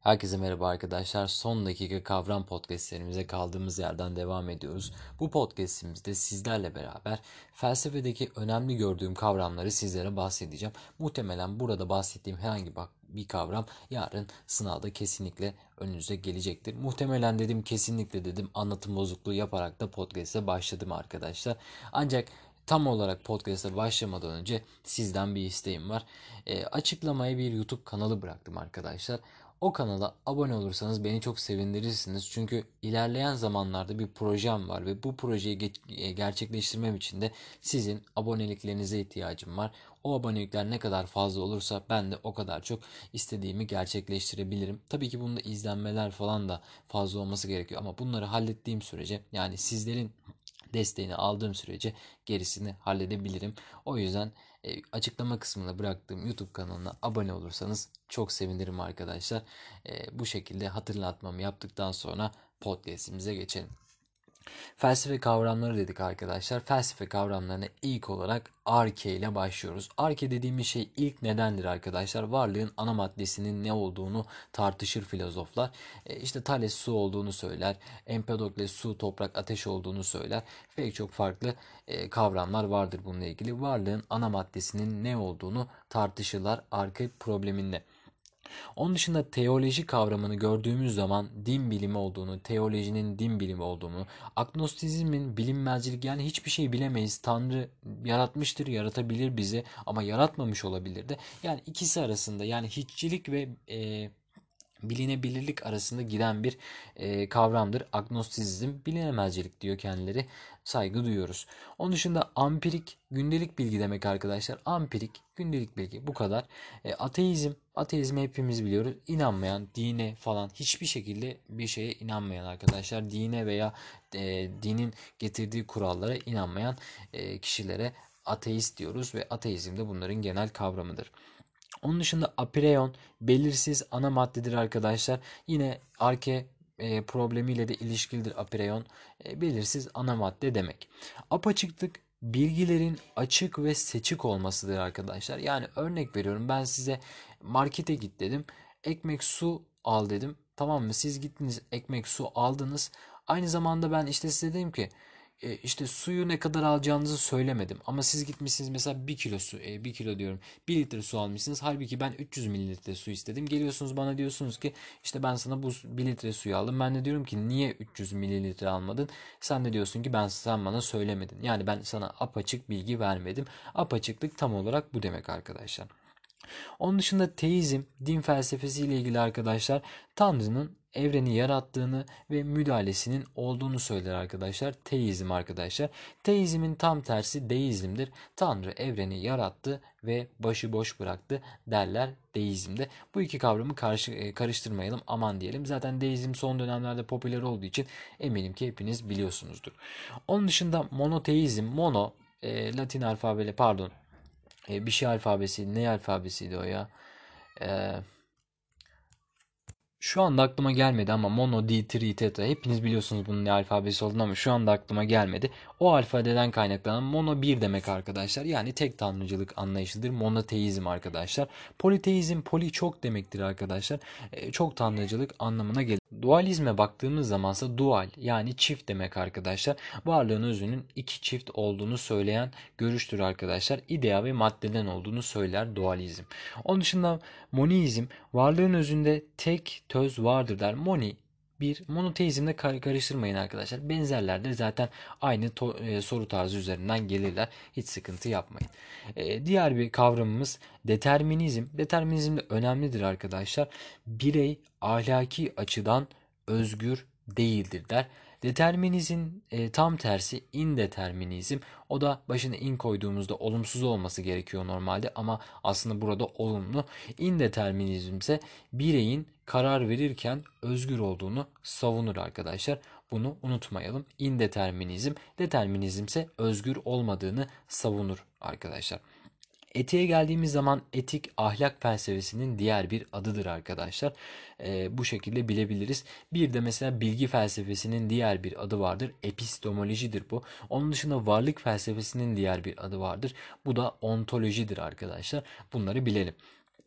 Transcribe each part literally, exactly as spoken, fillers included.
Herkese merhaba arkadaşlar. Son dakika kavram podcastlerimize kaldığımız yerden devam ediyoruz. Bu podcastimizde sizlerle beraber felsefedeki önemli gördüğüm kavramları sizlere bahsedeceğim. Muhtemelen burada bahsettiğim herhangi bir kavram yarın sınavda kesinlikle önünüze gelecektir. Muhtemelen dedim, kesinlikle dedim, anlatım bozukluğu yaparak da podcast'e başladım arkadaşlar. Ancak tam olarak podcast'a başlamadan önce sizden bir isteğim var. E, açıklamaya bir YouTube kanalı bıraktım arkadaşlar. O kanala abone olursanız beni çok sevindirirsiniz. Çünkü ilerleyen zamanlarda bir projem var ve bu projeyi geç- e, gerçekleştirmem için de sizin aboneliklerinize ihtiyacım var. O abonelikler ne kadar fazla olursa ben de o kadar çok istediğimi gerçekleştirebilirim. Tabii ki bunda izlenmeler falan da fazla olması gerekiyor ama bunları hallettiğim sürece, yani sizlerin desteğini aldığım sürece gerisini halledebilirim. O yüzden e, açıklama kısmına bıraktığım YouTube kanalına abone olursanız çok sevinirim arkadaşlar. E, bu şekilde hatırlatmamı yaptıktan sonra podcast'imize geçelim. Felsefe kavramları dedik arkadaşlar. Felsefe kavramlarına ilk olarak arke ile başlıyoruz. Arke dediğimiz şey ilk nedendir arkadaşlar. Varlığın ana maddesinin ne olduğunu tartışır filozoflar. E, işte Thales su olduğunu söyler. Empedokles su, toprak, ateş olduğunu söyler. Pek çok farklı e, kavramlar vardır bununla ilgili. Varlığın ana maddesinin ne olduğunu tartışırlar arke probleminde. Onun dışında teoloji kavramını gördüğümüz zaman din bilimi olduğunu, teolojinin din bilimi olduğunu, agnostizmin bilinmezcilik, yani hiçbir şey bilemeyiz. Tanrı yaratmıştır, yaratabilir bizi ama yaratmamış olabilir de. Yani ikisi arasında, yani hiççilik ve e, bilinebilirlik arasında giden bir e, kavramdır. Agnostizm, bilinemezcilik diyor kendileri. Saygı duyuyoruz. Onun dışında ampirik, gündelik bilgi demek arkadaşlar. Ampirik, gündelik bilgi, bu kadar. E, ateizm, ateizmi hepimiz biliyoruz. İnanmayan, dine falan hiçbir şekilde bir şeye inanmayan arkadaşlar. Dine veya e, dinin getirdiği kurallara inanmayan e, kişilere ateist diyoruz ve ateizm de bunların genel kavramıdır. Onun dışında apeiron belirsiz ana maddedir arkadaşlar. Yine arke e, problemiyle de ilişkilidir apeiron. E, belirsiz ana madde demek. Apaçıklık bilgilerin açık ve seçik olmasıdır arkadaşlar. Yani örnek veriyorum, ben size markete git dedim. Ekmek su al dedim. Tamam mı? Siz gittiniz, ekmek su aldınız. Aynı zamanda ben işte size dedim ki e, işte suyu ne kadar alacağınızı söylemedim. Ama siz gitmişsiniz mesela bir kilo su, e, bir kilo diyorum, bir litre su almışsınız. Halbuki ben üç yüz mililitre su istedim. Geliyorsunuz bana diyorsunuz ki işte ben sana bu bir litre suyu aldım. Ben de diyorum ki niye üç yüz mililitre almadın? Sen de diyorsun ki ben sen bana söylemedin. Yani ben sana apaçık bilgi vermedim. Apaçıklık tam olarak bu demek arkadaşlar. Onun dışında teizm, din felsefesiyle ilgili arkadaşlar, Tanrı'nın evreni yarattığını ve müdahalesinin olduğunu söyler arkadaşlar. Teizm arkadaşlar. Teizmin tam tersi deizmdir. Tanrı evreni yarattı ve başıboş bıraktı derler deizmde. Bu iki kavramı karşı, e, karıştırmayalım, aman diyelim. Zaten deizm son dönemlerde popüler olduğu için eminim ki hepiniz biliyorsunuzdur. Onun dışında monoteizm, mono e, Latin alfabeyle, pardon, e, bir şey alfabesi, ne alfabesiydi o ya? E, Şu anda aklıma gelmedi ama mono, di, tri, teta, hepiniz biliyorsunuz bunun ne alfabesi olduğunu ama şu anda aklıma gelmedi. O alfabeden kaynaklanan mono bir demek arkadaşlar. Yani tek tanrıcılık anlayışıdır. Monoteizm arkadaşlar. Politeizm, poli çok demektir arkadaşlar. E, çok tanrıcılık anlamına gelir. Dualizme baktığımız zamansa dual, yani çift demek arkadaşlar. Varlığın özünün iki çift olduğunu söyleyen görüştür arkadaşlar. İdea ve maddeden olduğunu söyler dualizm. Onun dışında monoizm, varlığın özünde tek töz vardır der. Moni bir, monoteizmle karıştırmayın arkadaşlar. Benzerlerdir zaten, aynı e, soru tarzı üzerinden gelirler. Hiç sıkıntı yapmayın. E, diğer bir kavramımız determinizm. Determinizm de önemlidir arkadaşlar. Birey ahlaki açıdan özgür değildir der. Determinizm e, tam tersi indeterminizm. O da başına in koyduğumuzda olumsuz olması gerekiyor normalde ama aslında burada olumlu. İndeterminizm ise bireyin karar verirken özgür olduğunu savunur arkadaşlar. Bunu unutmayalım. İndeterminizm, determinizm ise özgür olmadığını savunur arkadaşlar. Etiğe geldiğimiz zaman etik ahlak felsefesinin diğer bir adıdır arkadaşlar. Ee, bu şekilde bilebiliriz. Bir de mesela bilgi felsefesinin diğer bir adı vardır. Epistemolojidir bu. Onun dışında varlık felsefesinin diğer bir adı vardır. Bu da ontolojidir arkadaşlar. Bunları bilelim.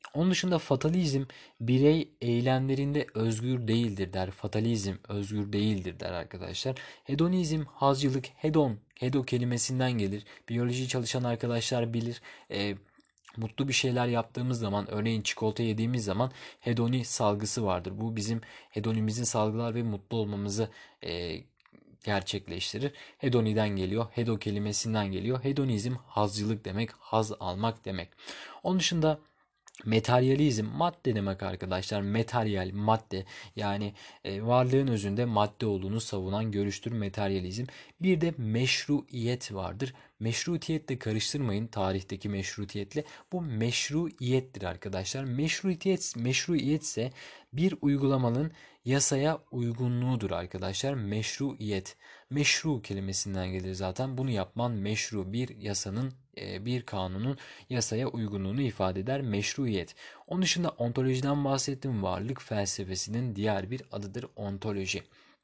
Onun dışında fatalizm, birey eylemlerinde özgür değildir der. Fatalizm özgür değildir der arkadaşlar. Hedonizm, hazcılık, hedon, hedo kelimesinden gelir. Biyoloji çalışan arkadaşlar bilir. E, mutlu bir şeyler yaptığımız zaman, örneğin çikolata yediğimiz zaman hedoni salgısı vardır. Bu bizim hedonimizi salgılar ve mutlu olmamızı e, gerçekleştirir. Hedoniden geliyor. Hedo kelimesinden geliyor. Hedonizm hazcılık demek, haz almak demek. Onun dışında materyalizm, madde demek arkadaşlar. Materyal, madde, yani e, varlığın özünde madde olduğunu savunan görüştür materyalizm. Bir de meşruiyet vardır. Meşrutiyetle karıştırmayın, tarihteki meşrutiyetle. Bu meşruiyettir arkadaşlar. Meşruiyet, meşruiyet ise bir uygulamanın yasaya uygunluğudur arkadaşlar. Meşruiyet. Meşru kelimesinden gelir zaten. Bunu yapman meşru, bir yasanın, e, bir kanunun yasaya uygunluğunu ifade eder meşruiyet. Onun dışında ontolojiden bahsettim. Varlık felsefesinin diğer bir adıdır ontoloji.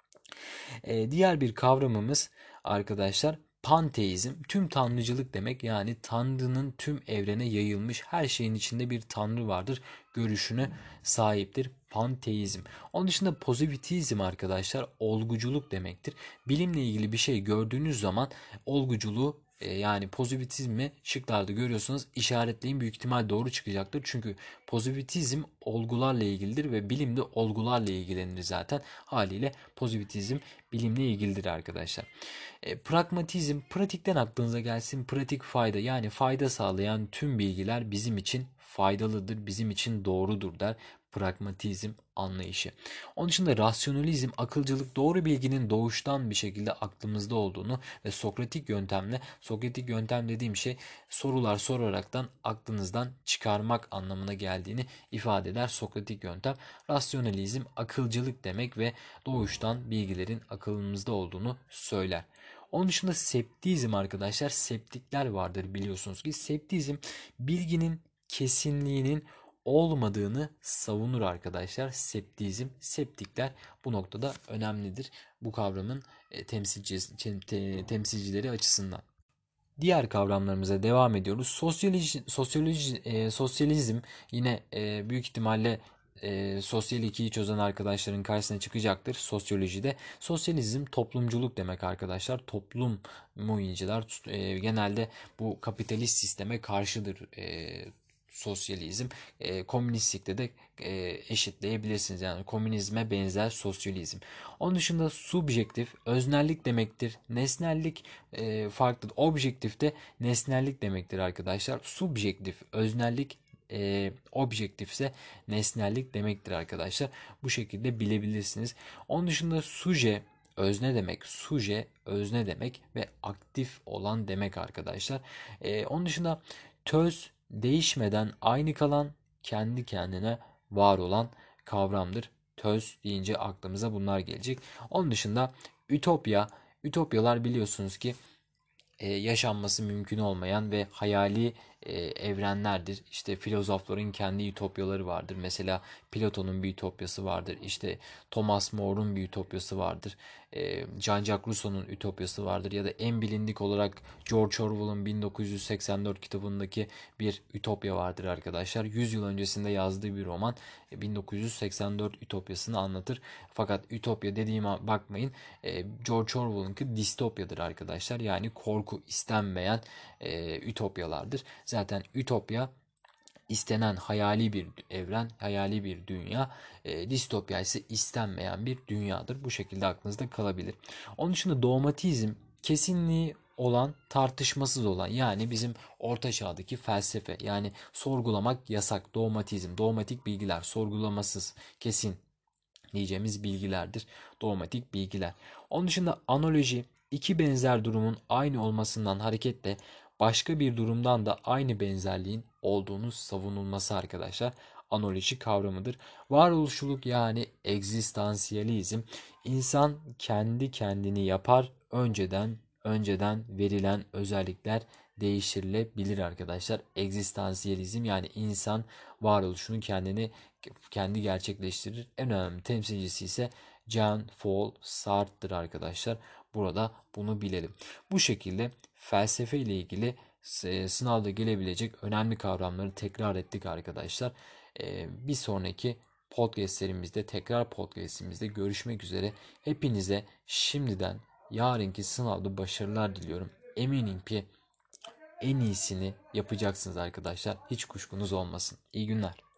Ee, diğer bir kavramımız arkadaşlar panteizm. Tüm tanrıcılık demek, yani Tanrı'nın tüm evrene yayılmış her şeyin içinde bir Tanrı vardır görüşüne sahiptir panteizm. Onun dışında pozitivizm arkadaşlar olguculuk demektir. Bilimle ilgili bir şey gördüğünüz zaman olguculuğu, e, yani pozitivizmi şıklarda görüyorsunuz, işaretleyin, büyük ihtimal doğru çıkacaktır. Çünkü pozitivizm olgularla ilgilidir ve bilim de olgularla ilgilenir zaten. Haliyle pozitivizm bilimle ilgilidir arkadaşlar. E, pragmatizm, pratikten aklınıza gelsin, pratik fayda, yani fayda sağlayan tüm bilgiler bizim için faydalıdır, bizim için doğrudur der pragmatizm anlayışı. Onun dışında rasyonalizm, akılcılık, doğru bilginin doğuştan bir şekilde aklımızda olduğunu ve Sokratik yöntemle, Sokratik yöntem dediğim şey sorular soraraktan aklınızdan çıkarmak anlamına geldiğini ifade eder Sokratik yöntem. Rasyonalizm akılcılık demek ve doğuştan bilgilerin akılımızda olduğunu söyler. Onun dışında septizm arkadaşlar, septikler vardır biliyorsunuz ki. Septizm bilginin kesinliğinin olmadığını savunur arkadaşlar. Septizm, septikler bu noktada önemlidir bu kavramın e, temsilcisi, te- temsilcileri açısından. Diğer kavramlarımıza devam ediyoruz. Sosyoloji, sosyoloji, e, sosyalizm yine e, büyük ihtimalle e, sosyal ikiyi çözen arkadaşların karşısına çıkacaktır sosyolojide. Sosyalizm toplumculuk demek arkadaşlar. Toplum muyinciler e, genelde bu kapitalist sisteme karşıdır. E, sosyalizm. E, komünistlikte de e, eşitleyebilirsiniz. Yani komünizme benzer sosyalizm. Onun dışında subjektif, öznellik demektir. Nesnellik e, farklıdır. Objektif de nesnellik demektir arkadaşlar. Subjektif, öznellik, e, objektif ise nesnellik demektir arkadaşlar. Bu şekilde bilebilirsiniz. Onun dışında suje, özne demek. Suje, özne demek ve aktif olan demek arkadaşlar. E, onun dışında töz, değişmeden aynı kalan, kendi kendine var olan kavramdır. Töz deyince aklımıza bunlar gelecek. Onun dışında ütopya, ütopyalar biliyorsunuz ki e, yaşanması mümkün olmayan ve hayali e, evrenlerdir. İşte filozofların kendi ütopyaları vardır. Mesela Platon'un bir ütopyası vardır. İşte Thomas More'un bir ütopyası vardır. E, Jean-Jacques Rousseau'nun ütopyası vardır. Ya da en bilindik olarak George Orwell'ın bin dokuz yüz seksen dört kitabındaki bir ütopya vardır arkadaşlar. yüz yıl öncesinde yazdığı bir roman e, bin dokuz yüz seksen dört ütopyasını anlatır. Fakat ütopya dediğime bakmayın. E, George Orwell'ınki distopyadır arkadaşlar. Yani korku istenmeyen e, ütopyalardır. Zaten ütopya istenen hayali bir evren, hayali bir dünya. E, distopya ise istenmeyen bir dünyadır. Bu şekilde aklınızda kalabilir. Onun dışında dogmatizm kesinliği olan, tartışmasız olan, yani bizim orta çağdaki felsefe, yani sorgulamak yasak, dogmatizm, dogmatik bilgiler, sorgulamasız, kesin diyeceğimiz bilgilerdir. Dogmatik bilgiler. Onun dışında analoji, iki benzer durumun aynı olmasından hareketle başka bir durumdan da aynı benzerliğin olduğunu savunulması arkadaşlar analoji kavramıdır. Varoluşçuluk, yani egzistansiyalizm, insan kendi kendini yapar, önceden önceden verilen özellikler değiştirilebilir arkadaşlar. Egzistansiyalizm, yani insan varoluşunu kendini kendi gerçekleştirir. En önemli temsilcisi ise Jean-Paul Sartre'dır arkadaşlar. Burada bunu bilelim. Bu şekilde felsefe ile ilgili e, sınavda gelebilecek önemli kavramları tekrar ettik arkadaşlar. Ee, bir sonraki podcastlerimizde, tekrar podcastimizde görüşmek üzere. Hepinize şimdiden yarınki sınavda başarılar diliyorum. Eminim ki en iyisini yapacaksınız arkadaşlar. Hiç kuşkunuz olmasın. İyi günler.